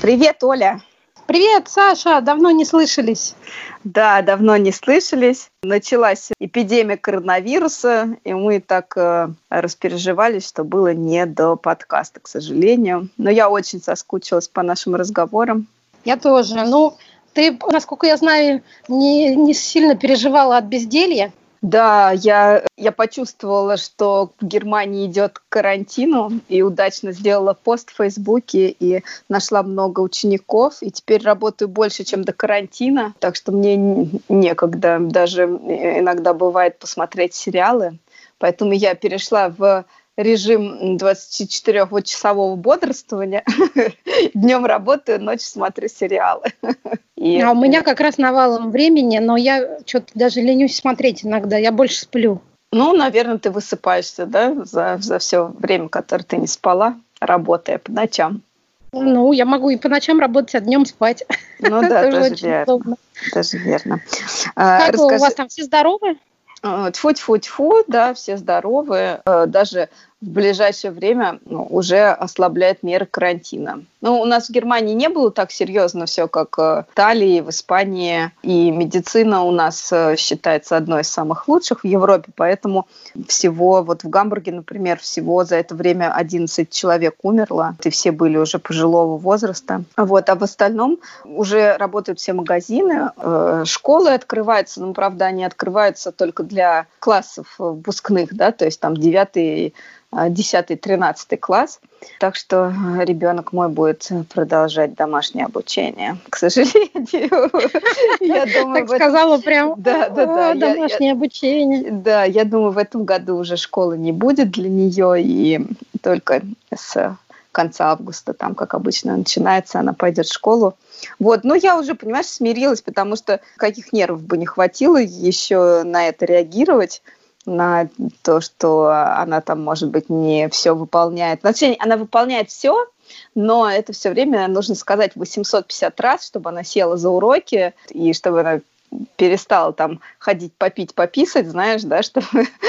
Привет, Оля. Привет, Саша, давно не слышались. Да, давно не слышались. Началась эпидемия коронавируса, и мы так распереживались, что было не до подкаста, к сожалению. Но я очень соскучилась по нашим разговорам. Я тоже. Ты, насколько я знаю, не сильно переживала от безделья. Да, я почувствовала, что в Германии идет к карантину, и удачно сделала пост в Фейсбуке, и нашла много учеников, и теперь работаю больше, чем до карантина, так что мне некогда даже иногда бывает посмотреть сериалы, поэтому я перешла в режим 24-часового бодрствования. Днем работаю, ночью смотрю сериалы. А у меня как раз навалом времени, но я что-то даже ленюсь смотреть иногда, я больше сплю. Наверное, ты высыпаешься, да, за все время, которое ты не спала, работая по ночам. Я могу и по ночам работать, а днем спать. Да, тоже верно. Тоже верно. Как у вас там, все здоровы? Тьфу-тьфу-тьфу, да, все здоровы. Даже в ближайшее время уже ослабляет меры карантина. У нас в Германии не было так серьезно все, как в Италии, в Испании. И медицина у нас считается одной из самых лучших в Европе, поэтому всего, вот в Гамбурге, например, всего за это время 11 человек умерло, и все были уже пожилого возраста. А в остальном уже работают все магазины, школы открываются, но, правда, они открываются только для классов выпускных, да, то есть там 9, 10, 13 класс. Так что ребенок мой будет продолжать домашнее обучение, к сожалению. Так сказала прям. Да. Домашнее обучение. Да, я думаю, в этом году уже школы не будет для нее, и только с конца августа, там, как обычно, начинается, она пойдет в школу. Я уже, понимаешь, смирилась, потому что каких нервов бы не хватило еще на это реагировать, на то, что она там, может быть, не все выполняет. Значит, она выполняет все, но это все время нужно сказать 850 раз, чтобы она села за уроки, и чтобы она перестала там ходить попить, пописать, знаешь, да, чтобы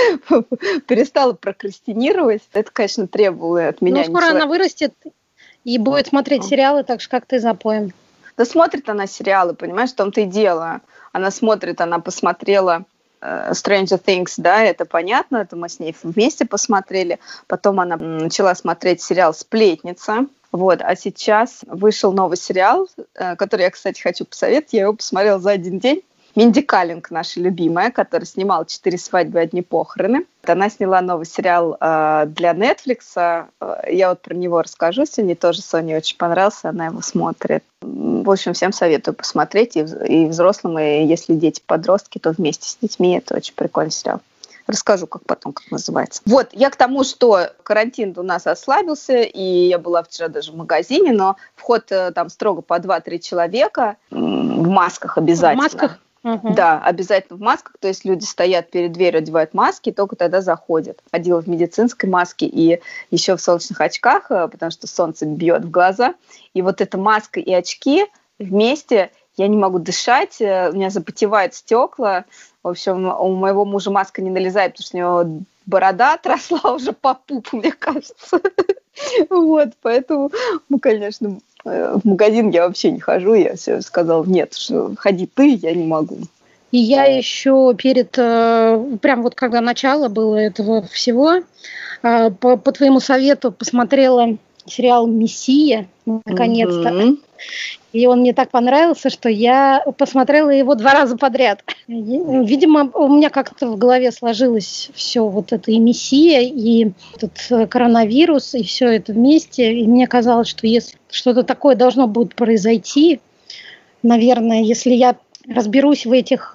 перестала прокрастинировать. Это, конечно, требовало от меня. Скоро она вырастет и будет смотреть сериалы так же, как ты, за поем. Да смотрит она сериалы, понимаешь, в том-то и дело. Она посмотрела Stranger Things, да, это понятно, это мы с ней вместе посмотрели. Потом она начала смотреть сериал «Сплетница». А сейчас вышел новый сериал, который я, кстати, хочу посоветовать. Я его посмотрела за один день. Минди Каллинг, наша любимая, которая снимала «4 свадьбы, одни похороны». Она сняла новый сериал для Netflix. Я про него расскажу сегодня. Тоже Соне очень понравился, она его смотрит. В общем, всем советую посмотреть. И взрослым, и если дети-подростки, то вместе с детьми. Это очень прикольный сериал. Расскажу, как называется. Я к тому, что карантин у нас ослабился, и я была вчера даже в магазине, но вход там строго по 2-3 человека, в масках обязательно. В масках? Угу. Да, обязательно в масках, то есть люди стоят перед дверью, одевают маски, и только тогда заходят. Ходила в медицинской маске и еще в солнечных очках, потому что солнце бьет в глаза. И эта маска и очки вместе, я не могу дышать, у меня запотевают стекла. В общем, у моего мужа маска не налезает, потому что у него борода отросла уже по пупу, мне кажется. Поэтому мы, конечно, в магазин я вообще не хожу. Я все сказала, нет, ходи ты, я не могу. И я еще прям когда начало было этого всего, по твоему совету посмотрела сериал «Мессия», наконец-то. И он мне так понравился, что я посмотрела его 2 раза подряд. Видимо, у меня как-то в голове сложилось все это и «Мессия», и этот коронавирус, и все это вместе. И мне казалось, что если что-то такое должно будет произойти, наверное, если я разберусь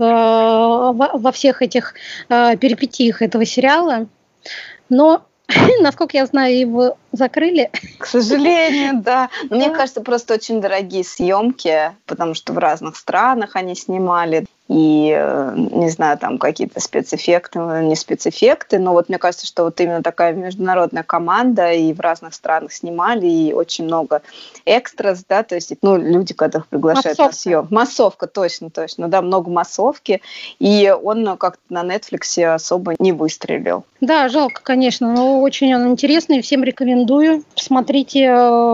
во всех этих перипетиях этого сериала. Но насколько я знаю, его закрыли. К сожалению, да. Но мне кажется, просто очень дорогие съемки, потому что в разных странах они снимали. И, не знаю, там какие-то спецэффекты, не спецэффекты, но мне кажется, что именно такая международная команда, и в разных странах снимали, и очень много экстрас, да, то есть, люди, которых приглашают на съемку. Массовка, точно, да, много массовки, и он как-то на Netflix особо не выстрелил. Да, жалко, конечно, но очень он интересный, всем рекомендую рекомендую. Посмотрите.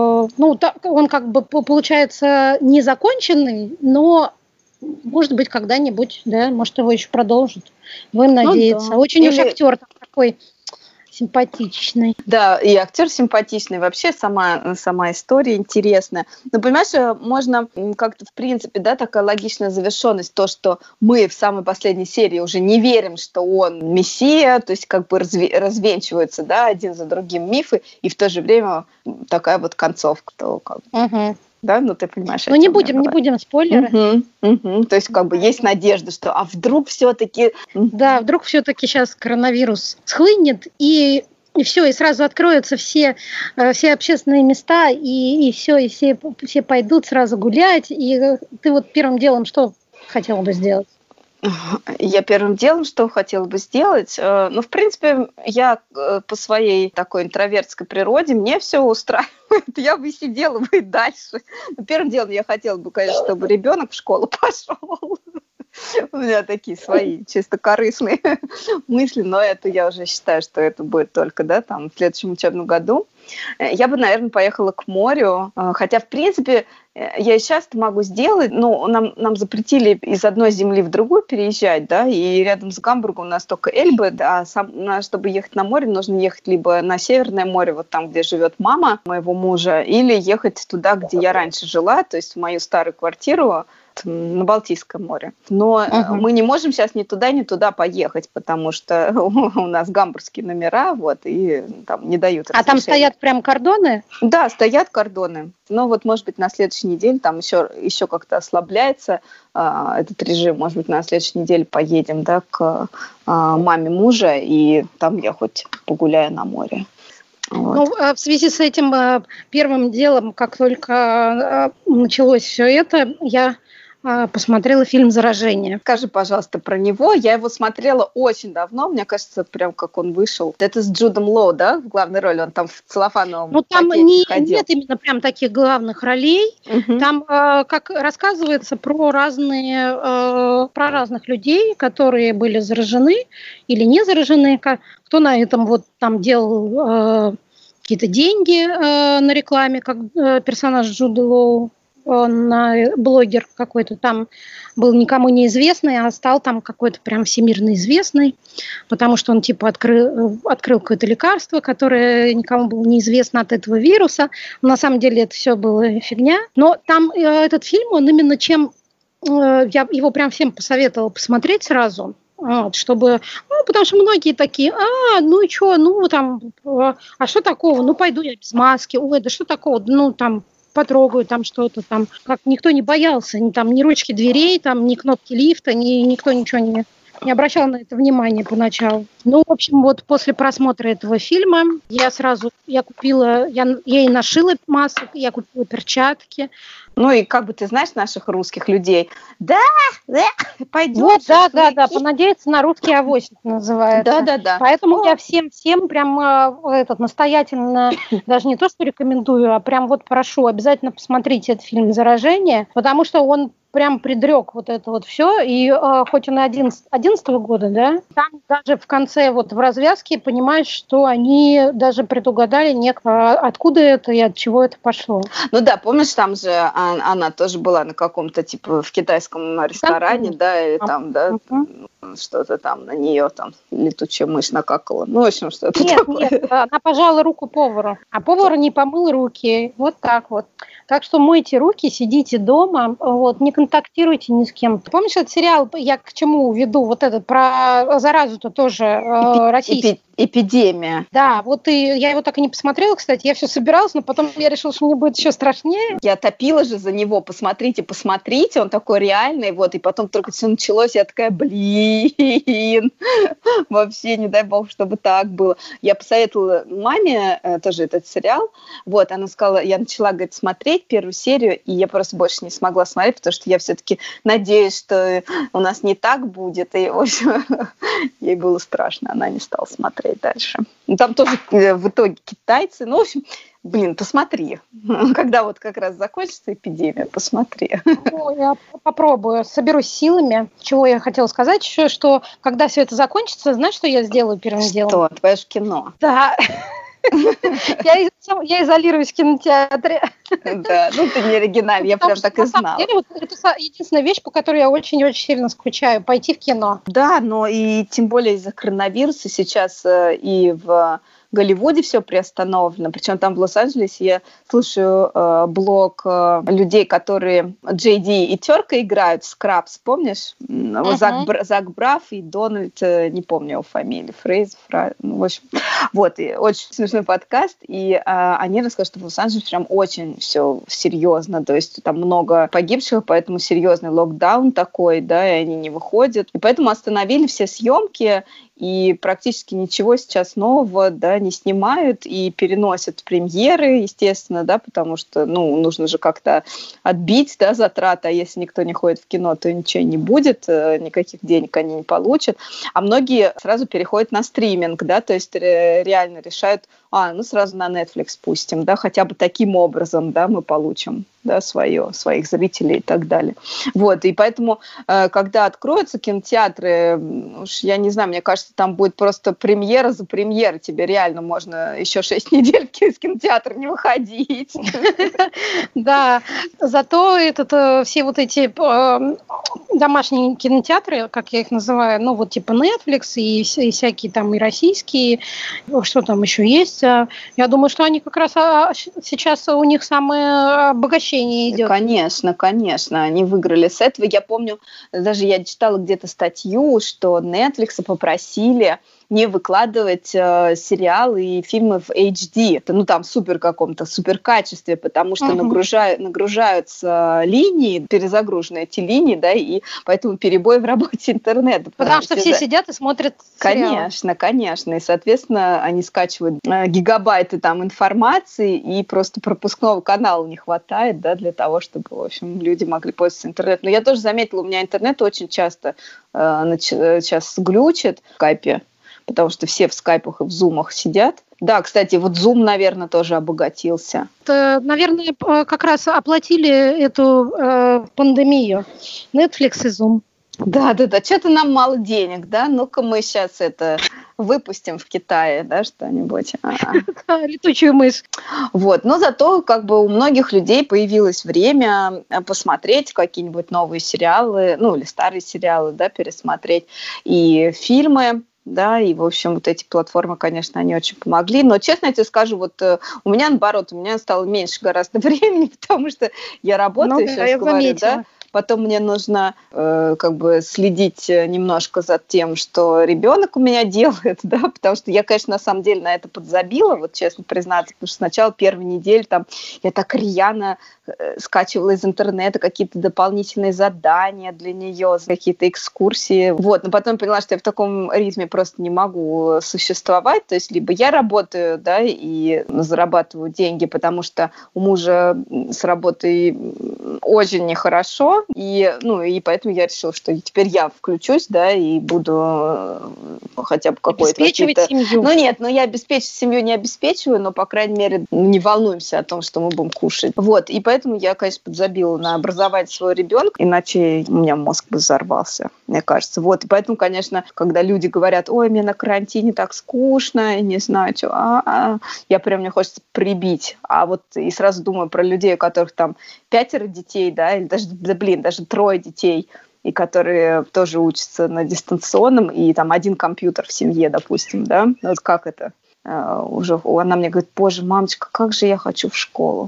Он как бы получается незаконченный, но, может быть, когда-нибудь, да, может, его еще продолжат. Будем надеяться. Да. Очень уж актер такой симпатичный. Да, и актер симпатичный, вообще сама история интересная. Но, понимаешь, можно как-то, в принципе, да, такая логичная завершенность, то, что мы в самой последней серии уже не верим, что он мессия, то есть как бы развенчиваются, да, один за другим мифы, и в то же время такая вот концовка. То, как... Да, ну ты понимаешь. Ну не будем спойлеры. То есть как бы есть надежда, что а вдруг все-таки... Да, вдруг все-таки сейчас коронавирус схлынет, и все, и сразу откроются все общественные места, и все пойдут сразу гулять. И ты вот первым делом что хотела бы сделать? Я первым делом, что хотела бы сделать, ну, в принципе, я по своей такой интровертской природе, мне все устраивает, я бы сидела бы и дальше. Но первым делом я хотела бы, конечно, чтобы ребенок в школу пошел. У меня такие свои чисто корыстные мысли, но это я уже считаю, что это будет только, да, там, в следующем учебном году. Я бы, наверное, поехала к морю, хотя, в принципе, я и сейчас это могу сделать, но нам запретили из одной земли в другую переезжать, да, и рядом с Гамбургом у нас только Эльбы, да, чтобы ехать на море, нужно ехать либо на Северное море, вот там, где живет мама моего мужа, или ехать туда, где я раньше жила, то есть в мою старую квартиру, на Балтийском море. Но мы не можем сейчас ни туда поехать, потому что у нас гамбургские номера, вот, и там не дают разрешения. А там стоят прям кордоны? Да, стоят кордоны. Но вот, может быть, на следующей неделе там еще как-то ослабляется этот режим. Может быть, на следующей неделе поедем, да, к маме мужа, и там я хоть погуляю на море. Вот. Ну, в связи с этим первым делом, как только началось все это, я посмотрела фильм «Заражение». Скажи, пожалуйста, про него. Я его смотрела очень давно. Мне кажется, прям как он вышел. Это с Джудом Лоу, да, в главной роли? Он там в целлофановом пакете ходил. Нет именно прям таких главных ролей. Там как рассказывается про разных людей, которые были заражены или не заражены. Кто на этом вот там делал какие-то деньги на рекламе, как персонаж Джуда Лоу. Блогер какой-то там был никому неизвестный, а стал там какой-то прям всемирно известный, потому что он типа открыл какое-то лекарство, которое никому было неизвестно от этого вируса. Но на самом деле это все было фигня. Но там этот фильм, он именно чем... Я его прям всем посоветовала посмотреть сразу, вот, чтобы... потому что многие такие, ну и что, ну там, а что такого? Ну пойду я без маски, ой, да что такого? Ну там... потрогаю там что-то там, как никто не боялся, ни ручки дверей, там, ни кнопки лифта, никто ничего не обращал на это внимания поначалу. Ну, в общем, вот после просмотра этого фильма я и нашила маску, я купила перчатки. Ну и как бы ты знаешь наших русских людей, да, пойдем. Вот, да, понадеяться на русский авось называется. Да. Поэтому я всем прям настоятельно, даже не то, что рекомендую, а прям вот прошу, обязательно посмотрите этот фильм «Заражение», потому что он прям предрек вот это вот все, и хоть он 11-го года, да, там даже в конце вот в развязке понимаешь, что они даже предугадали откуда это и от чего это пошло. Ну да, помнишь, там же она тоже была на каком-то типа в китайском ресторане, да, или там, да, что-то там на нее там летучая мышь накакала, ну, в общем, что-то такое. Нет, она пожала руку повару, а повар не помыл руки, вот так вот. Так что мойте руки, сидите дома, вот, не контактируйте ни с кем. Помнишь этот сериал, я к чему веду, вот этот, про заразу-то тоже российский? Эпидемия. Да, вот я его так и не посмотрела, кстати, я все собиралась, но потом я решила, что мне будет еще страшнее. Я топила же за него, посмотрите, он такой реальный, вот, и потом только все началось, я такая, блин, вообще, не дай бог, чтобы так было. Я посоветовала маме тоже этот сериал, вот, она сказала, я начала, говорит, смотреть первую серию, и я просто больше не смогла смотреть, потому что я все-таки надеюсь, что у нас не так будет, и, в общем, ей было страшно, она не стала смотреть дальше. Там тоже в итоге китайцы. Ну, в общем, посмотри. Когда вот как раз закончится эпидемия, посмотри. Ну, я попробую, соберусь силами. Чего я хотела сказать еще, что когда все это закончится, знаешь, что я сделаю первым делом? Что? Ты пойдешь в кино? Да. Я изолируюсь в кинотеатре. Да, ну ты не оригинальный, я прям так и знала. На самом деле, это единственная вещь, по которой я очень-очень сильно скучаю, пойти в кино. Да, но и тем более из-за коронавируса сейчас и в Голливуде все приостановлено, причем там в Лос-Анджелесе я слушаю блог людей, которые Джей Ди и Терка играют в Скрабс, помнишь? Зак Брафф и Дональд, не помню его фамилию, ну, в общем, вот, и очень смешной подкаст, и они рассказывают, что в Лос-Анджелесе прям очень все серьезно, то есть там много погибших, поэтому серьезный локдаун такой, да, и они не выходят, и поэтому остановили все съемки, и практически ничего сейчас нового, да, не снимают и переносят премьеры, естественно, да, потому что, ну, нужно же как-то отбить, да, затраты, а если никто не ходит в кино, то ничего не будет, никаких денег они не получат, а многие сразу переходят на стриминг, да, то есть реально решают, ну, сразу на Netflix пустим, да, хотя бы таким образом, да, мы получим, да, своих зрителей и так далее. Вот, и поэтому, когда откроются кинотеатры, уж я не знаю, мне кажется, там будет просто премьера за премьерой, тебе реально можно еще 6 недель из кинотеатра не выходить. Да, зато все вот эти домашние кинотеатры, как я их называю, ну, вот типа Netflix и всякие там и российские, что там еще есть, я думаю, что они как раз сейчас у них самое обогащение идет. Конечно, конечно, они выиграли с этого. Я помню, даже я читала где-то статью, что Netflix попросили не выкладывать сериалы и фильмы в HD, ну там супер качестве, потому что нагружаются линии, перезагружены эти линии, да, и поэтому перебой в работе интернета. Потому что все сидят и смотрят сериалы. Конечно, конечно, и, соответственно, они скачивают гигабайты там информации, и просто пропускного канала не хватает, да, для того, чтобы, в общем, люди могли пользоваться интернетом. Но я тоже заметила, у меня интернет очень часто сейчас глючит в скайпе, потому что все в скайпах и в зумах сидят. Да, кстати, вот Zoom, наверное, тоже обогатился. Наверное, как раз оплатили эту пандемию. Netflix и Zoom. Да, что-то нам мало денег, да? Ну-ка мы сейчас выпустим в Китае, да, что-нибудь. Летучую мышь. Вот, но зато как бы у многих людей появилось время посмотреть какие-нибудь новые сериалы, ну или старые сериалы, да, пересмотреть, и фильмы. Да, и, в общем, вот эти платформы, конечно, они очень помогли. Но, честно я тебе скажу, вот у меня, наоборот, у меня стало меньше гораздо времени, потому что я работаю, сейчас говорю, да. Потом мне нужно как бы следить немножко за тем, что ребенок у меня делает, да, потому что я, конечно, на самом деле на это подзабила, вот честно признаться, потому что сначала первой недели там я так рьяно скачивала из интернета какие-то дополнительные задания для нее, какие-то экскурсии, вот, но потом поняла, что я в таком ритме просто не могу существовать, то есть либо я работаю, да, и зарабатываю деньги, потому что у мужа с работой очень нехорошо, и поэтому я решила, что теперь я включусь, да, и буду хотя бы какой-то... Обеспечивать семью. Ну нет, я обеспечить семью не обеспечиваю, но, по крайней мере, не волнуемся о том, что мы будем кушать. Вот, и поэтому я, конечно, подзабила на образовать своего ребенка, иначе у меня мозг бы взорвался, мне кажется. Вот, и поэтому, конечно, когда люди говорят, ой, мне на карантине так скучно, не знаю, что, мне хочется прибить. А вот и сразу думаю про людей, у которых там 5 детей, да, или даже 3 детей, и которые тоже учатся на дистанционном, и там 1 компьютер в семье, допустим, да, вот как это? Уже она мне говорит, боже, мамочка, как же я хочу в школу.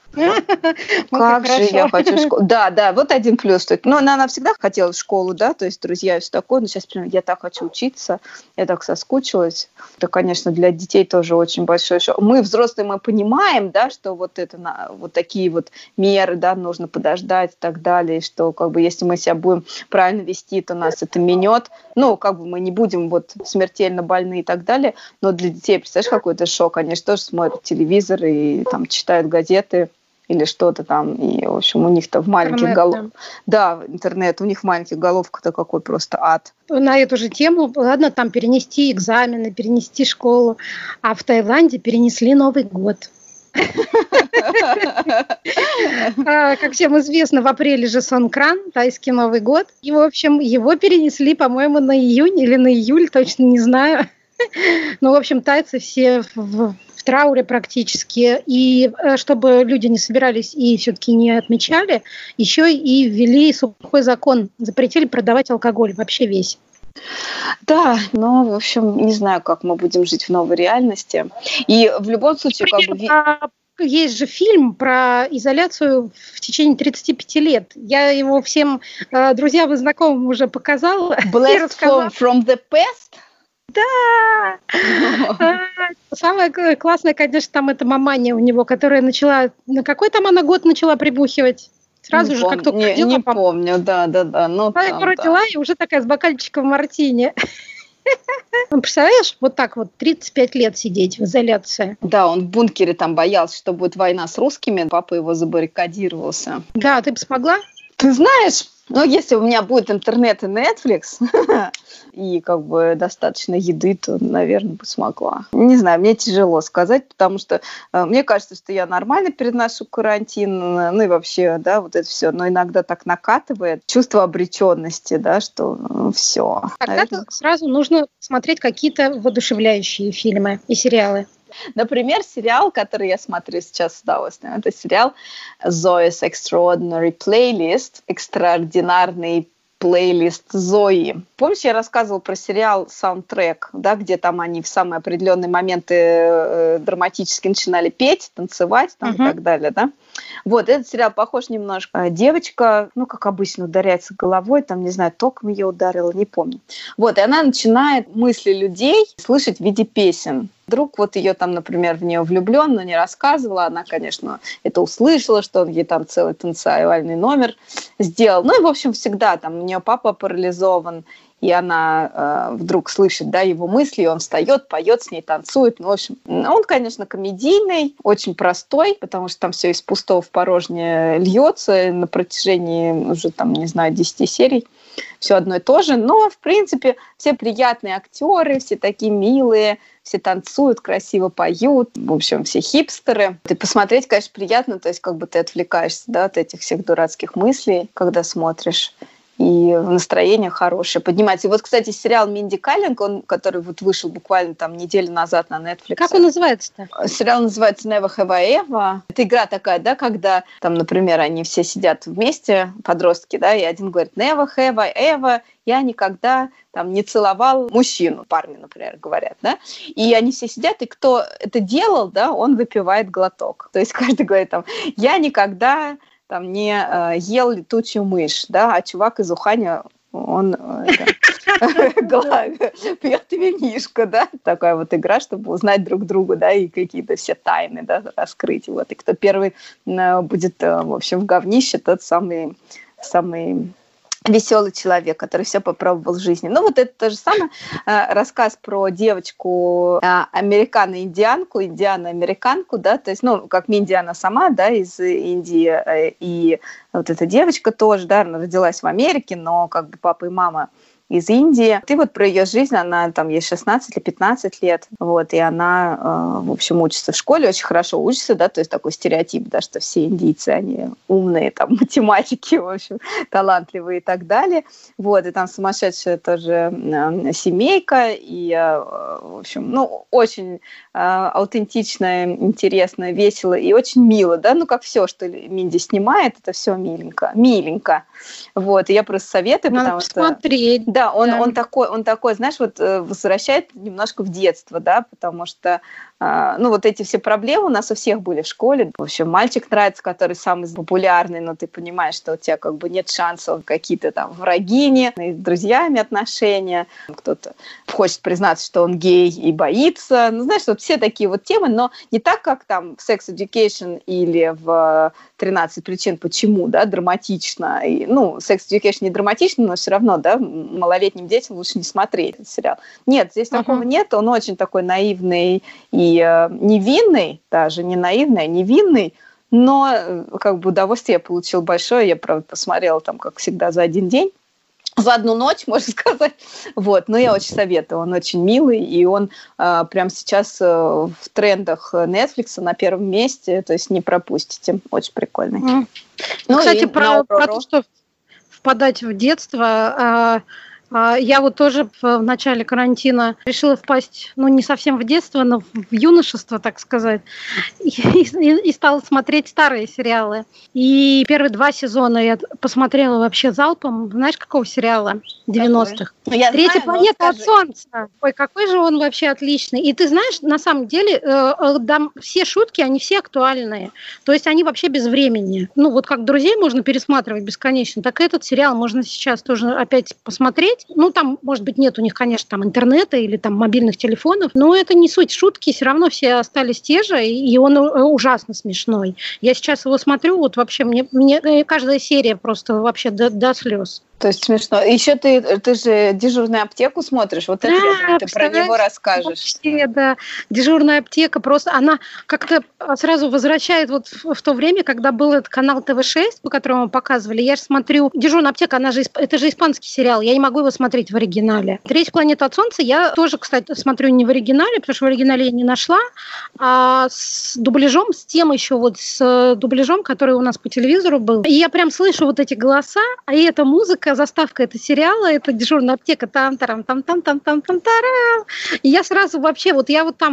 Как же я хочу в школу. Да, вот 1 плюс. Но она всегда хотела в школу, да, то есть друзья и все такое, но сейчас прям я так хочу учиться, я так соскучилась. Это, конечно, для детей тоже очень большой шок. Мы, взрослые, мы понимаем, да, что вот такие вот меры, да, нужно подождать и так далее, что как бы если мы себя будем правильно вести, то нас это минет. Ну, как бы мы не будем вот смертельно больны и так далее, но для детей, представляешь, какой-то шок. Они же тоже смотрят телевизор и там читают газеты или что-то там, и, в общем, у них-то в маленьких головках... Да, интернет, у них в маленьких головках-то какой просто ад. На эту же тему, ладно, там перенести экзамены, перенести школу, а в Таиланде перенесли Новый год. Как всем известно, в апреле же Сонкран, тайский Новый год. И, в общем, его перенесли, по-моему, на июнь или на июль, точно не знаю. Ну, в общем, тайцы все в в трауре практически. И чтобы люди не собирались и все-таки не отмечали, еще и ввели сухой закон. Запретили продавать алкоголь вообще весь. Да, но, в общем, не знаю, как мы будем жить в новой реальности. И в любом случае... Есть же фильм про изоляцию в течение 35 лет. Я его всем друзьям и знакомым уже показала. Blast from the past? Да! Самое классное, конечно, там это маманя у него, которая начала... На какой там она год начала прибухивать? Сразу же, как только родила. Не помню, да. Ну, я его родила, и уже такая с бокальчиком мартини. Ну, представляешь, вот так вот 35 лет сидеть в изоляции. Да, он в бункере там боялся, что будет война с русскими. Папа его забаррикадировался. Да, ты бы смогла? Ты знаешь, если у меня будет интернет и Netflix, и как бы достаточно еды, то, наверное, бы смогла. Не знаю, мне тяжело сказать, потому что мне кажется, что я нормально переношу карантин, ну и вообще, да, вот это все, но иногда так накатывает чувство обреченности, да, что все. Тогда сразу нужно смотреть какие-то воодушевляющие фильмы и сериалы. Например, сериал, который я смотрю сейчас с удовольствием, это сериал Zoe's Extraordinary Playlist, экстраординарный плейлист Зои. Помнишь, я рассказывала про сериал «Саундтрек», да, где там они в самые определенные моменты драматически начинали петь, танцевать там, и так далее, да? Вот, этот сериал похож немножко. Девочка, ну, как обычно, ударяется головой, там, не знаю, током ее ударило, не помню. Вот, и она начинает мысли людей слышать в виде песен. Друг вот ее там, например, в нее влюблен, но не рассказывала. Она, конечно, это услышала, что он ей там целый танцевальный номер сделал. Ну и, в общем, всегда там у нее папа парализован, и она вдруг слышит, да, его мысли, и он встает, поет с ней, танцует. Ну, в общем, он, конечно, комедийный, очень простой, потому что там все из пустого в порожнее льется на протяжении уже, там, не знаю, 10 серий. Все одно и то же, но, в принципе, все приятные актеры, все такие милые, все танцуют, красиво поют, в общем, все хипстеры. И посмотреть, конечно, приятно, то есть как бы ты отвлекаешься, да, от этих всех дурацких мыслей, когда смотришь. И настроение хорошее, поднимается. И вот, кстати, сериал «Минди Каллинг», он, который вот вышел буквально там неделю назад на Netflix. Как он называется-то? Сериал называется «Never Have I Ever». Это игра такая, да, когда там, например, они все сидят вместе, подростки, да, и один говорит «Never have I ever», я никогда там не целовал мужчину, парни, например, говорят, да, и они все сидят, и кто это делал, да, он выпивает глоток. То есть каждый говорит там «я никогда там не ел летучую мышь», да, а чувак из Уханя, он пьет винишко, да, такая вот игра, чтобы узнать друг друга, да, и какие-то все тайны, да, раскрыть, вот, и кто первый будет, в общем, в говнище, тот самый веселый человек, который все попробовал в жизни. Ну, вот это то же самое. Рассказ про девочку американо-индианку, индиано-американку, да, то есть, ну, как Минди она сама, да, из Индии, и вот эта девочка тоже, да, она родилась в Америке, но как бы папа и мама из Индии. И вот про ее жизнь, она там, ей 16 или 15 лет, вот, и она, в общем, учится в школе, очень хорошо учится, да, то есть такой стереотип, да, что все индийцы, они умные, там, математики, в общем, талантливые и так далее, вот, и там сумасшедшая тоже семейка, и, в общем, ну, очень аутентично, интересно, весело и очень мило, да, ну, как все, что Минди снимает, это все миленько, вот, и я просто советую, надо потому посмотреть. что... Да, он такой, знаешь, вот возвращает немножко в детство, да, потому что, ну, вот эти все проблемы у нас у всех были в школе. В общем, мальчик нравится, который самый популярный, но ты понимаешь, что у тебя как бы нет шансов, какие-то там врагини, с друзьями отношения, кто-то хочет признаться, что он гей и боится. Ну, знаешь, вот все такие вот темы, но не так, как там в Sex Education или в 13 причин почему, да, драматично. И, ну, Sex Education не драматично, но все равно, да, малолетним детям лучше не смотреть этот сериал. Нет, здесь такого нет, он очень такой наивный и невинный, даже не наивный, а невинный, но как бы удовольствие я получила большое, я, правда, посмотрела там, как всегда, за один день, за одну ночь, можно сказать. Вот. Но я очень советую. Он очень милый, и он прямо сейчас в трендах Netflix на первом месте, то есть не пропустите. Очень прикольный. Ну, кстати, про то, что впадать в детство, Я вот тоже в начале карантина решила впасть, ну, не совсем в детство, но в юношество, так сказать, и стала смотреть старые сериалы. И первые 2 сезона я посмотрела вообще залпом. Знаешь, какого сериала? 90-х. «Третья планета от Солнца». Ой, какой же он вообще отличный. И ты знаешь, на самом деле, все шутки, они все актуальные. То есть они вообще без времени. Ну, вот как «Друзей» можно пересматривать бесконечно, так и этот сериал можно сейчас тоже опять посмотреть. Ну, там, может быть, нет у них, конечно, там интернета или там мобильных телефонов, но это не суть. Шутки все равно все остались те же, и он ужасно смешной. Я сейчас его смотрю, вот вообще мне каждая серия просто вообще до слез. То есть смешно. Еще ты же «Дежурную аптеку» смотришь, вот это, я думаю, ты про него расскажешь. Вообще, да. «Дежурная аптека» просто, она как-то сразу возвращает вот в то время, когда был этот канал ТВ-6, по которому показывали. Я же смотрю, «Дежурная аптека», это же испанский сериал, я не могу его смотреть в оригинале. «Третья планета от Солнца» я тоже, кстати, смотрю не в оригинале, потому что в оригинале я не нашла, а с дубляжом, с тем еще вот с дубляжом, который у нас по телевизору был. И я прям слышу вот эти голоса, а эта музыка, заставка этого сериала, это «Дежурная аптека», там-тарам-там-там-там-там-тарам. И я сразу вообще, я в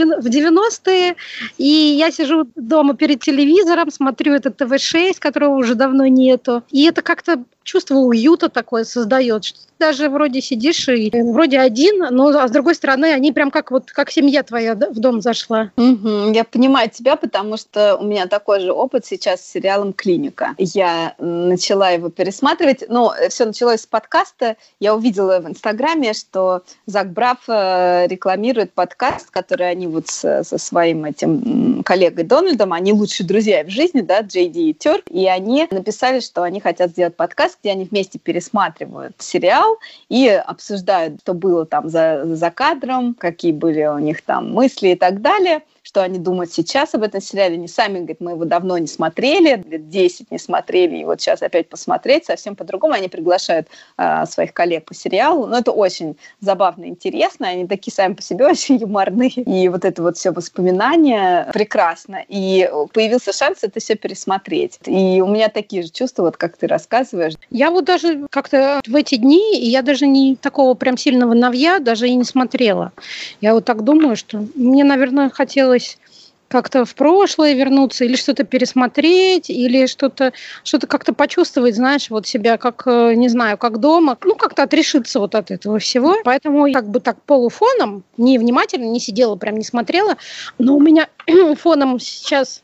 90-е, и я сижу дома перед телевизором, смотрю этот ТВ-6, которого уже давно нету. И это как-то чувство уюта такое создает, что ты даже вроде сидишь и вроде один, но а с другой стороны они прям как семья твоя в дом зашла. Угу, я понимаю тебя, потому что у меня такой же опыт сейчас с сериалом «Клиника». Я начала его пересматривать, но все началось с подкаста. Я увидела в Инстаграме, что Зак Брафф рекламирует подкаст, который они вот со своим этим коллегой Дональдом, они лучшие друзья в жизни, да, Джейди и Тёрк, и они написали, что они хотят сделать подкаст, где они вместе пересматривают сериал и обсуждают, что было там за кадром, какие были у них там мысли и так далее, что они думают сейчас об этом сериале. Они сами говорят, мы его давно не смотрели, лет 10 не смотрели, и вот сейчас опять посмотреть совсем по-другому. Они приглашают своих коллег по сериалу. Но это очень забавно и интересно. Они такие сами по себе очень юморные. И вот это вот все воспоминания прекрасно. И появился шанс это все пересмотреть. И у меня такие же чувства, вот как ты рассказываешь. Я вот даже как-то в эти дни, я даже не такого прям сильного новья даже и не смотрела. Я вот так думаю, что мне, наверное, хотелось как-то в прошлое вернуться или что-то пересмотреть, или что-то как-то почувствовать, знаешь, вот себя как, не знаю, как дома, ну, как-то отрешиться вот от этого всего. Поэтому я как бы так полуфоном, не внимательно, не сидела, прям не смотрела, но у меня фоном сейчас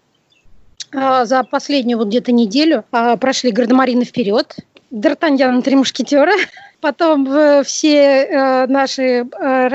за последнюю вот где-то неделю прошли «Гардемарины вперед», «Д'Артаньян и 3 мушкетера», потом все наши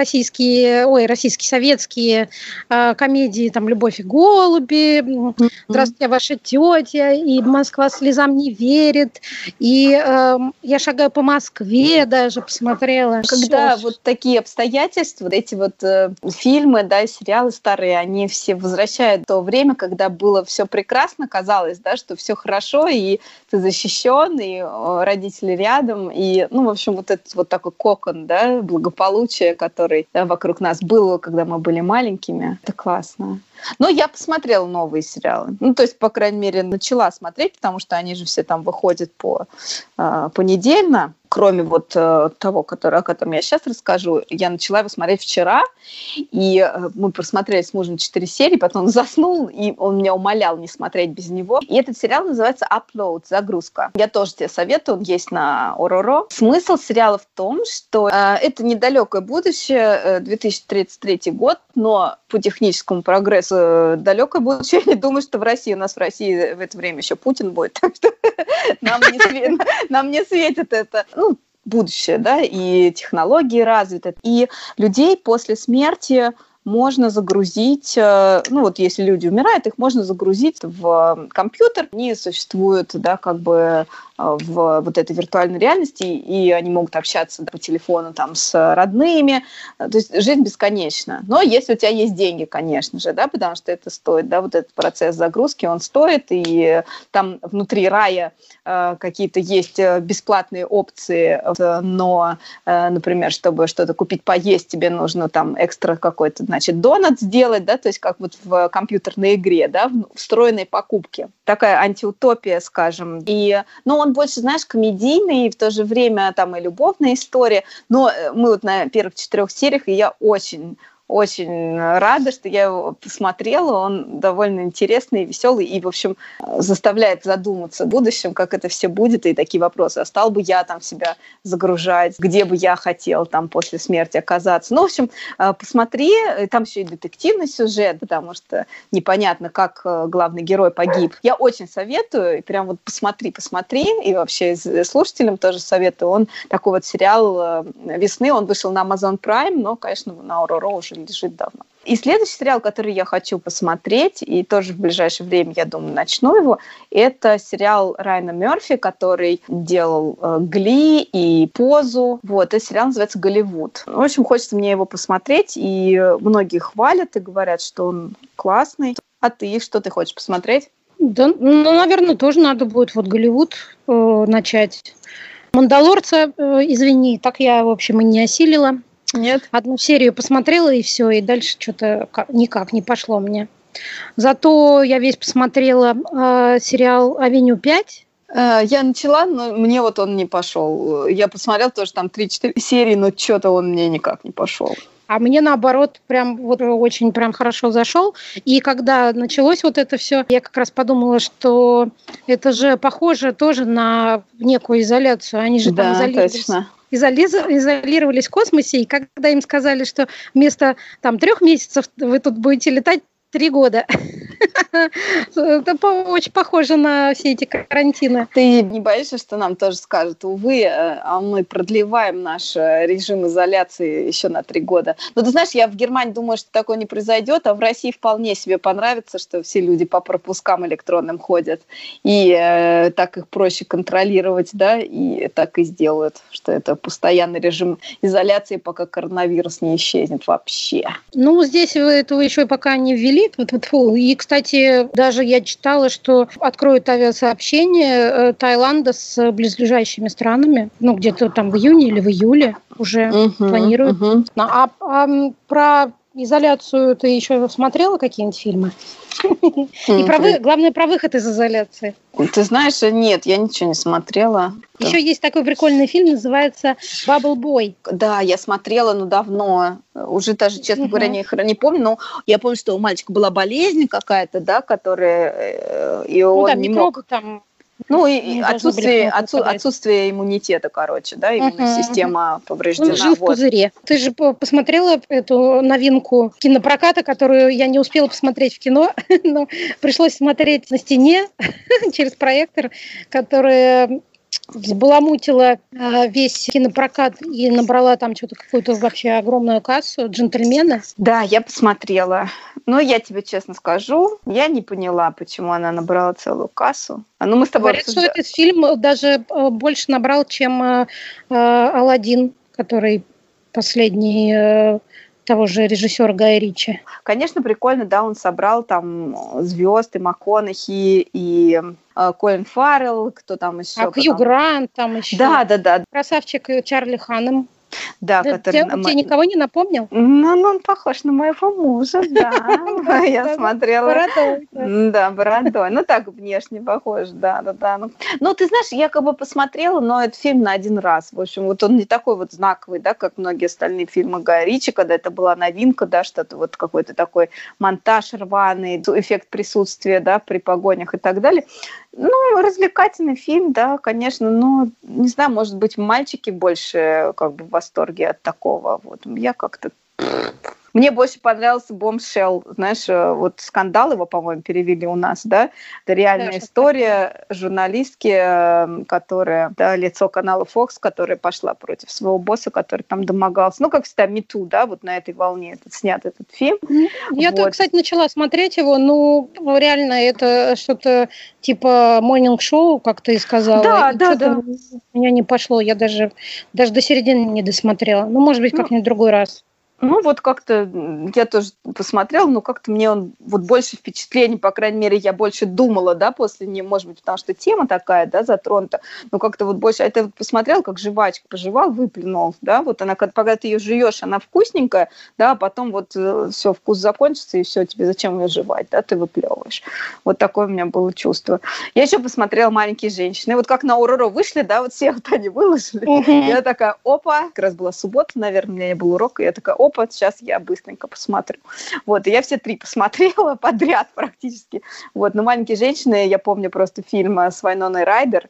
российские-советские комедии, там «Любовь и голуби», «Здравствуйте, ваша тетя», и «Москва слезам не верит», и «Я шагаю по Москве» даже посмотрела. Когда вот такие обстоятельства, вот эти вот фильмы, да, сериалы старые, они все возвращают то время, когда было все прекрасно, казалось, да, что все хорошо, и ты защищен, и родители рядом, и, ну, в общем, вот этот вот такой кокон, да, благополучия, который вокруг нас был, когда мы были маленькими. Это классно. Но я посмотрела новые сериалы. Ну, то есть, по крайней мере, начала смотреть, потому что они же все там выходят понедельно. Кроме вот того, о котором я сейчас расскажу, я начала его смотреть вчера, и мы просмотрели с мужем 4 серии, потом он заснул, и он меня умолял не смотреть без него. И этот сериал называется «Upload», «Загрузка». Я тоже тебе советую, он есть на Ороро. Смысл сериала в том, что это недалекое будущее, 2033 год, но по техническому прогрессу далекое будущее. Я не думаю, что у нас в России в это время еще Путин будет, так что нам не светит это. Ну, будущее, да, и технологии развиты. И людей после смерти можно загрузить, ну вот если люди умирают, их можно загрузить в компьютер. Они существуют, да, как бы в вот этой виртуальной реальности, и они могут общаться по телефону там с родными. То есть жизнь бесконечна. Но если у тебя есть деньги, конечно же, да, потому что это стоит, да, вот этот процесс загрузки, он стоит, и там внутри рая какие-то есть бесплатные опции, но, например, чтобы что-то купить поесть, тебе нужно там экстра какой-то, значит, донат сделать, да, то есть как вот в компьютерной игре, да, встроенной покупки. Такая антиутопия, скажем. И, ну, он он больше, знаешь, комедийный, и в то же время там и любовная история. Но мы вот на первых 4 сериях, и я очень рада, что я его посмотрела. Он довольно интересный, веселый и, в общем, заставляет задуматься в будущем, как это все будет, и такие вопросы. А стал бы я там себя загружать, где бы я хотел там после смерти оказаться? Ну, в общем, посмотри, там еще и детективный сюжет, потому что непонятно, как главный герой погиб. Я очень советую, и прям вот посмотри, и вообще слушателям тоже советую. Он такой вот сериал весны, он вышел на Amazon Prime, но, конечно, на Auroraw уже лежит давно. И следующий сериал, который я хочу посмотреть, и тоже в ближайшее время, я думаю, начну его, это сериал Райана Мерфи, который делал «Гли» и «Позу». Вот, этот сериал называется «Голливуд». В общем, хочется мне его посмотреть, и многие хвалят и говорят, что он классный. А ты, что ты хочешь посмотреть? Да, ну, наверное, тоже надо будет вот «Голливуд» начать. «Мандалорца», извини, так я, в общем, и не осилила. Нет. Одну серию посмотрела, и все, и дальше что-то никак не пошло мне. Зато я весь посмотрела сериал «Авеню 5». Я начала, но мне вот он не пошел. Я посмотрела тоже там 3-4 серии, но что-то он мне никак не пошел. А мне, наоборот, прям вот очень прям хорошо зашел. И когда началось вот это все, я как раз подумала, что это же похоже тоже на некую изоляцию. Они же там изолировались в космосе, и когда им сказали, что вместо там 3 месяцев вы тут будете летать 3 года. Это очень похоже на все эти карантины. Ты не боишься, что нам тоже скажут, увы, а мы продлеваем наш режим изоляции еще на 3 года. Но ты знаешь, я в Германии думаю, что такое не произойдет, а в России вполне себе понравится, что все люди по пропускам электронным ходят, и так их проще контролировать, да, и так и сделают, что это постоянный режим изоляции, пока коронавирус не исчезнет вообще. Ну, здесь этого еще пока не ввели. И, кстати, даже я читала, что откроют авиасообщение Таиланда с близлежащими странами, ну, где-то там в июне или в июле уже планируют. А про изоляцию ты еще смотрела какие-нибудь фильмы? И главное, про выход из изоляции. Ты знаешь, нет, я ничего не смотрела. Еще есть такой прикольный фильм, называется «Bubble Boy». Да, я смотрела, но давно. Уже даже, честно говоря, не помню. Но я помню, что у мальчика была болезнь какая-то, да, которая... И он да, не микробы мог... там... Ну, и отсутствие иммунитета, короче, да, иммунная система повреждена. Он жил в пузыре. Ты же посмотрела эту новинку кинопроката, которую я не успела посмотреть в кино, но пришлось смотреть на стене через проектор, которая взбаламутила весь кинопрокат и набрала там что-то, какую-то вообще огромную кассу «Джентльмены». Да, я посмотрела. Но я тебе честно скажу, я не поняла, почему она набрала целую кассу. Ну, мы с тобой говорят, что этот фильм даже больше набрал, чем «Аладдин», который последний того же режиссера Гая Ричи. Конечно, прикольно, да, он собрал там звезд, и МакКонахи, и Колин Фаррелл, кто там еще. А Хью Грант там еще. Да. Красавчик Чарли Ханнем. Да, который... Тебе никого не напомнил? Ну, он похож на моего мужа, да. Я смотрела. Бородой. Да, бородой. Ну, так внешне похож, да. Ну, ты знаешь, я как бы посмотрела, но этот фильм на один раз. В общем, вот он не такой вот знаковый, да, как многие остальные фильмы Гая Ричи, когда это была новинка, да, что-то вот какой-то такой монтаж рваный, эффект присутствия, да, при погонях и так далее. Ну, развлекательный фильм, да, конечно, но, не знаю, может быть, мальчики больше как бы в восторге от такого. Вот. Я как-то... Мне больше понравился «Бомбшелл». Знаешь, вот «Скандал» его, по-моему, перевели у нас, да? Это реальная история журналистки, которая, да, лицо канала Fox, которая пошла против своего босса, который там домогался. Ну, как всегда, «Мету», да, вот на этой волне снят этот фильм. Я, кстати, начала смотреть его, ну, реально, это что-то типа «Морнинг-шоу», как ты и сказала. Да. У меня не пошло, я даже до середины не досмотрела. Ну, может быть, как-нибудь в другой раз. Ну, вот как-то я тоже посмотрела, но как-то мне он вот больше впечатлений, по крайней мере, я больше думала, да, после нее, может быть, потому что тема такая, да, затронута, но как-то вот больше, а ты вот посмотрел, как жвачка пожевал, выплюнул, да, вот она, когда ты ее жуешь, она вкусненькая, да, а потом вот все, вкус закончится, и все, тебе зачем ее жевать, да, ты выплевываешь. Вот такое у меня было чувство. Я еще посмотрела «Маленькие женщины», вот как на ОРО вышли, да, вот все вот они выложили, я такая, опа, как раз была суббота, наверное, у меня не был урок, и я такая, опа, сейчас я быстренько посмотрю. Вот, и я все 3 посмотрела подряд практически. Вот, но «Маленькие женщины», я помню просто фильм с Вайноной Райдер,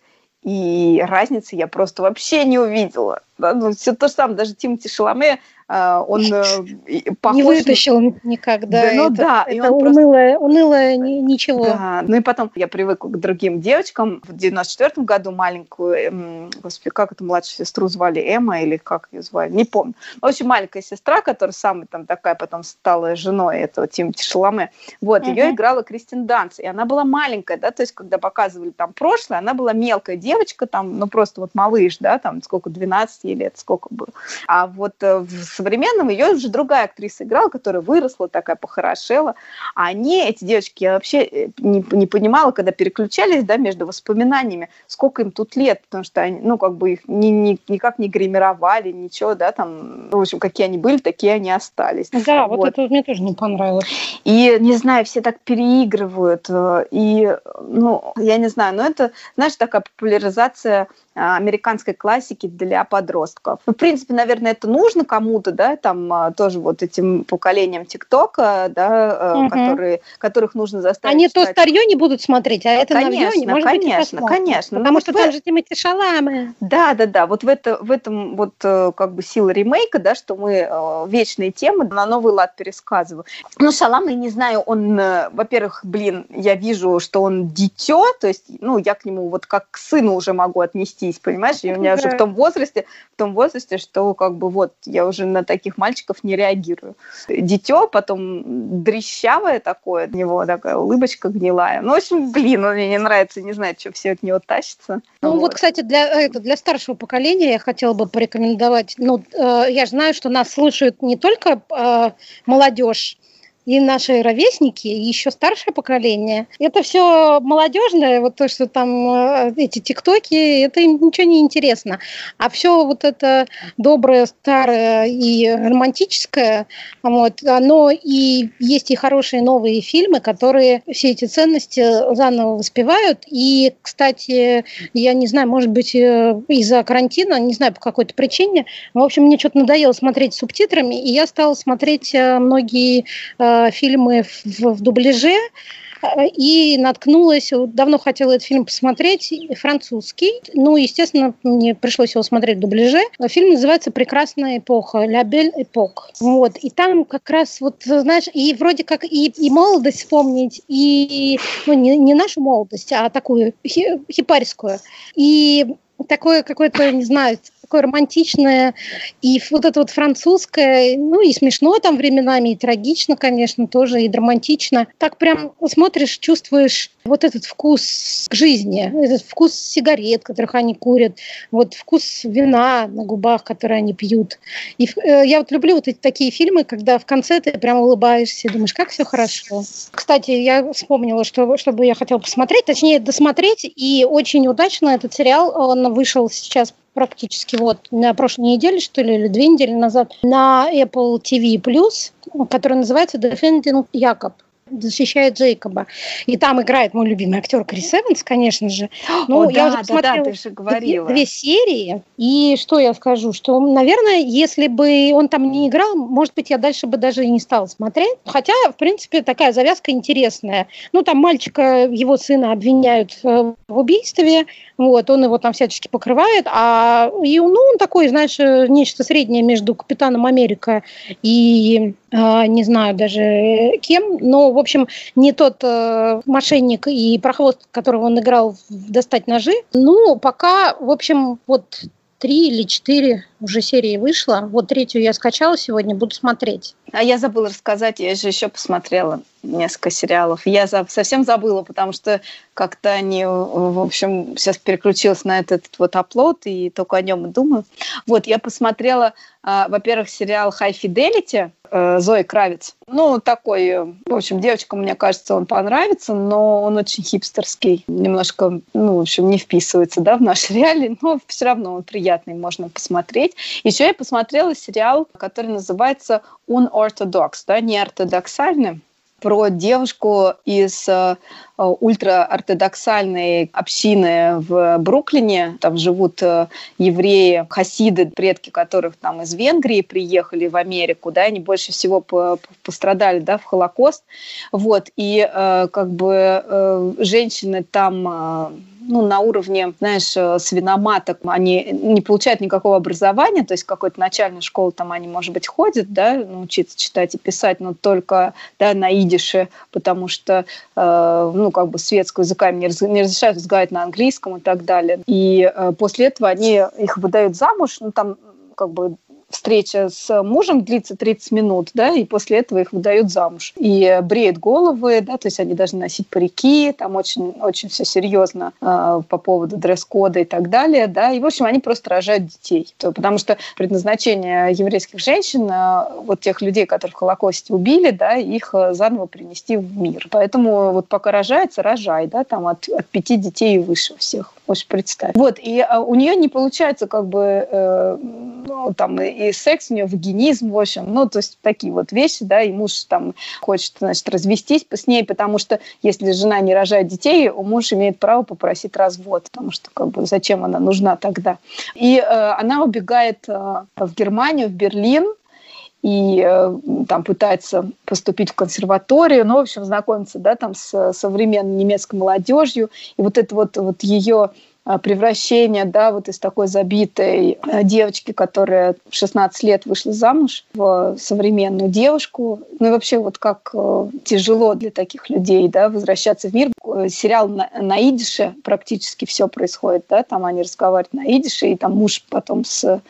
и разницы я просто вообще не увидела. Да? Ну, все то же самое, даже Тимоти Шаламе, он похож... Не вытащил никогда. Да, ну да. Это унылое ничего. Да, ну и потом я привыкла к другим девочкам. В 94-м году маленькую, господи, как эту младшую сестру звали, Эмма или как ее звали, не помню. В общем, маленькая сестра, которая самая там такая потом стала женой этого Тимоти Шаламе, вот, ее играла Кристин Данст, и она была маленькая, да, то есть когда показывали там прошлое, она была мелкая девочка, там, ну просто вот малыш, да, там сколько, 12 лет, сколько было. А вот в современном ее уже другая актриса играла, которая выросла, такая похорошела. А они, эти девочки, я вообще не понимала, когда переключались, да, между воспоминаниями, сколько им тут лет, потому что они, ну, как бы их никак не гримировали, ничего, да, там, в общем, какие они были, такие они остались. Да, вот это мне тоже не понравилось. И, не знаю, все так переигрывают, и, ну, я не знаю, но это, знаешь, такая популяризация американской классики для подростков. В принципе, наверное, это нужно кому-то, да, там тоже вот этим поколением ТикТока, да, которых нужно заставить они читать. То старье не будут смотреть, а это новье, может быть, и посмотрят. Конечно. Потому ну, что там же Тимоти Шаламе. Да, вот в этом вот как бы сила ремейка, да, что мы вечные темы на новый лад пересказываем. Ну, Шаламе, не знаю, он, во-первых, я вижу, что он дитё, то есть, ну, я к нему вот как к сыну уже могу отнестись, понимаешь, и у меня уже в том возрасте, что как бы вот я уже на таких мальчиков не реагирую. Дитё, потом дрищавое такое, от него такая улыбочка гнилая. Ну, в общем, он мне не нравится, не знаю, что все от него тащится. Ну вот, кстати, для старшего поколения я хотела бы порекомендовать, ну, я же знаю, что нас слушают не только молодежь, и наши ровесники, и еще старшее поколение. Это все молодежное, вот то, что там эти тиктоки, это им ничего не интересно. А все вот это доброе, старое и романтическое, вот, оно и есть и хорошие новые фильмы, которые все эти ценности заново воспевают. И, кстати, я не знаю, может быть, из-за карантина, не знаю, по какой-то причине, в общем, мне что-то надоело смотреть с субтитрами, и я стала смотреть многие фильмы в дубляже и наткнулась, давно хотела этот фильм посмотреть, французский, ну, естественно, мне пришлось его смотреть в дубляже. Фильм называется «Прекрасная эпоха», «La Belle Époque». Вот, и там как раз, вот, знаешь, и вроде как и молодость вспомнить, и, ну, не нашу молодость, а такую хипарскую, и такое какое-то, не знаю, такое романтичное, и вот это вот французское, ну и смешно там временами, и трагично, конечно, тоже, и драматично. Так прям смотришь, чувствуешь вот этот вкус к жизни, этот вкус сигарет, которых они курят, вот вкус вина на губах, которые они пьют. И я вот люблю вот эти такие фильмы, когда в конце ты прям улыбаешься и думаешь, как все хорошо. Кстати, я вспомнила, что бы я хотела посмотреть, точнее досмотреть, и очень удачно этот сериал, он вышел сейчас практически вот на прошлой неделе, что ли, или 2 недели назад, на Apple TV+, который называется «Defending Jacob», защищает Джейкоба. И там играет мой любимый актер Крис Эванс, конечно же. Ну, я уже посмотрела ты же говорила. 2 серии. И что я скажу, что, наверное, если бы он там не играл, может быть, я дальше бы даже и не стала смотреть. Хотя, в принципе, такая завязка интересная. Ну, там мальчика, его сына обвиняют в убийстве, вот, он его там всячески покрывает, он такой, знаешь, нечто среднее между Капитаном Америка и не знаю даже кем, но, в общем, не тот мошенник и прохвост, которого он играл в «Достать ножи». Ну, пока, в общем, вот 3 или 4 уже серии вышло. Вот 3-ю я скачала сегодня, буду смотреть. А я забыла рассказать, я же еще посмотрела несколько сериалов. Я совсем забыла, потому что как-то они, в общем, сейчас переключилась на этот вот апплод, и только о нем и думаю. Вот, я посмотрела, во-первых, сериал «High Fidelity», Зои Кравиц. Ну, такой, в общем, девочкам, мне кажется, он понравится, но он очень хипстерский. Немножко, ну, в общем, не вписывается, да, в наши реалии, но все равно он приятный, можно посмотреть. Еще я посмотрела сериал, который называется «Unorthodox», да, неортодоксальный, про девушку из ультраортодоксальной общины в Бруклине. Там живут евреи, хасиды, предки которых там из Венгрии приехали в Америку, да, они больше всего пострадали, да, в Холокост. Вот, и как бы женщины там... ну, на уровне, знаешь, свиноматок, они не получают никакого образования, то есть какой-то начальной школы там они, может быть, ходят, да, научиться читать и писать, но только, да, на идише, потому что, ну, как бы светского языка им не разрешают разговаривать на английском и так далее. И после этого их выдают замуж, ну, там, как бы, встреча с мужем длится 30 минут, да, и после этого их выдают замуж. И бреют головы, да, то есть они должны носить парики, там очень, очень все серьезно по поводу дресс-кода и так далее, да, и, в общем, они просто рожают детей. Потому что предназначение еврейских женщин, вот тех людей, которых в Холокосте убили, да, их заново принести в мир. Поэтому вот пока рожается, рожай, да, там от 5 детей и выше всех. Можешь представить. Вот, и у нее не получается как бы, ну, там, и секс у нее, вагинизм, в общем, ну, то есть такие вот вещи, да, и муж там хочет, значит, развестись с ней, потому что если жена не рожает детей, муж имеет право попросить развод, потому что, как бы, зачем она нужна тогда. И она убегает в Германию, в Берлин, и там пытается поступить в консерваторию, ну, в общем, знакомиться, да, там с современной немецкой молодежью, и вот это вот ее превращение, да, вот из такой забитой девочки, которая в 16 лет вышла замуж, в современную девушку. Ну и вообще вот как тяжело для таких людей, да, возвращаться в мир. Сериал на идише практически все происходит, да, там они разговаривают на идише, и там муж потом с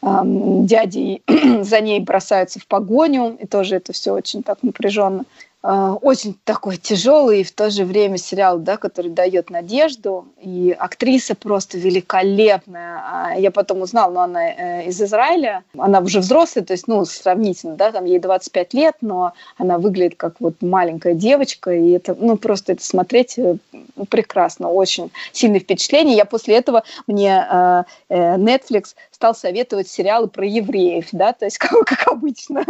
дядей за ней бросаются в погоню, и тоже это все очень так напряженно. Очень такой тяжелый и в то же время сериал, да, который дает надежду. И актриса просто великолепная. Я потом узнала, но она из Израиля. Она уже взрослая, то есть, ну, сравнительно, да, там ей 25 лет, но она выглядит как вот маленькая девочка. И это, ну, просто это смотреть прекрасно, очень сильное впечатление. Я после этого, мне Netflix стал советовать сериалы про евреев, да, то есть, как обычно.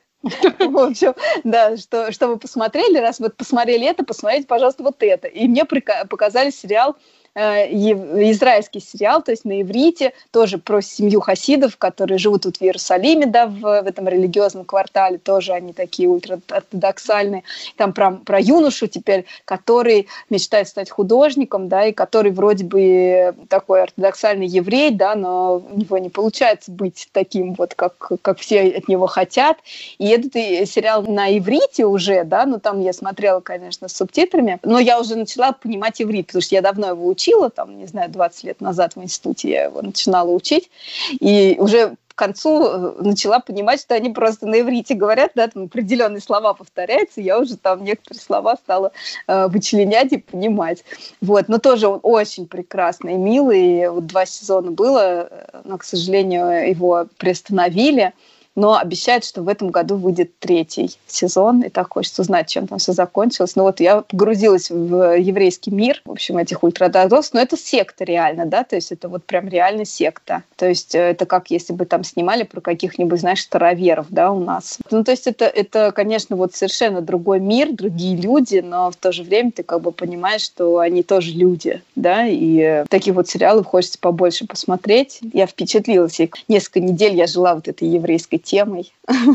В общем, да, что вы посмотрели, раз вы посмотрели это, посмотрите, пожалуйста, вот это. И мне показали сериал, израильский сериал, то есть на иврите, тоже про семью хасидов, которые живут тут в Иерусалиме, да, в этом религиозном квартале, тоже они такие ультраортодоксальные. Там про юношу теперь, который мечтает стать художником, да, и который вроде бы такой ортодоксальный еврей, да, но у него не получается быть таким вот, как все от него хотят. И этот сериал на иврите уже, да, ну там я смотрела, конечно, с субтитрами, но я уже начала понимать иврит, потому что я давно его учила, там, не знаю, 20 лет назад в институте я его начинала учить, и уже к концу начала понимать, что они просто на иврите говорят, да, там определенные слова повторяются, я уже там некоторые слова стала вычленять и понимать. Вот, но тоже он очень прекрасный, милый, вот 2 сезона было, но, к сожалению, его приостановили. Но обещают, что в этом году выйдет 3-й сезон, и так хочется узнать, чем там все закончилось. Но вот я погрузилась в еврейский мир, в общем, этих ультраортодоксов, но это секта реально, да, то есть это вот прям реально секта. То есть это как если бы там снимали про каких-нибудь, знаешь, староверов, да, у нас. Ну, то есть это, конечно, вот совершенно другой мир, другие люди, но в то же время ты как бы понимаешь, что они тоже люди, да, и таких вот сериалов хочется побольше посмотреть. Я впечатлилась, и несколько недель я жила вот этой еврейской темой.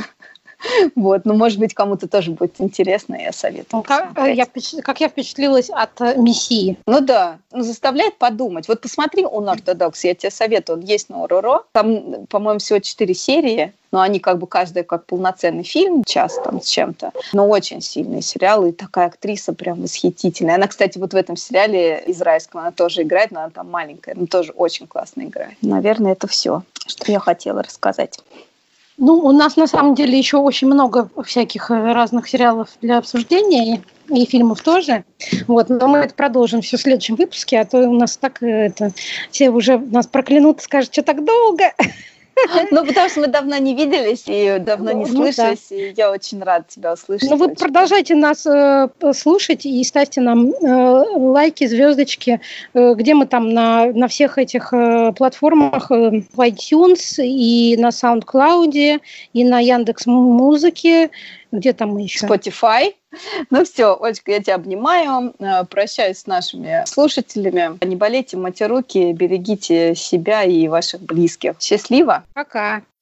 Вот, ну, может быть, кому-то тоже будет интересно, я советую. Как я впечатлилась от «Мессии». Ну да, заставляет подумать. Вот посмотри «Unorthodox», я тебе советую, он есть на ОРО. Там, по-моему, всего 4 серии, но они как бы каждая как полноценный фильм, час там с чем-то. Но очень сильный сериал, и такая актриса прям восхитительная. Она, кстати, вот в этом сериале израильском, она тоже играет, но она там маленькая, но тоже очень классно играет. Наверное, это все, что я хотела рассказать. Ну, у нас на самом деле еще очень много всяких разных сериалов для обсуждения и фильмов тоже. Вот, но мы это продолжим все в следующем выпуске, а то у нас так все уже нас проклянут и скажут, что так долго. Ну, потому что мы давно не виделись и давно не слышались, да. И я очень рада тебя услышать. Ну, вы продолжайте нас слушать и ставьте нам лайки, звездочки, где мы там на всех этих платформах, в iTunes и на SoundCloud, и на Яндекс.Музыке, где там мы еще? Spotify. Ну все, Олечка, я тебя обнимаю, прощаюсь с нашими слушателями. Не болейте, мойте руки, берегите себя и ваших близких. Счастливо! Пока!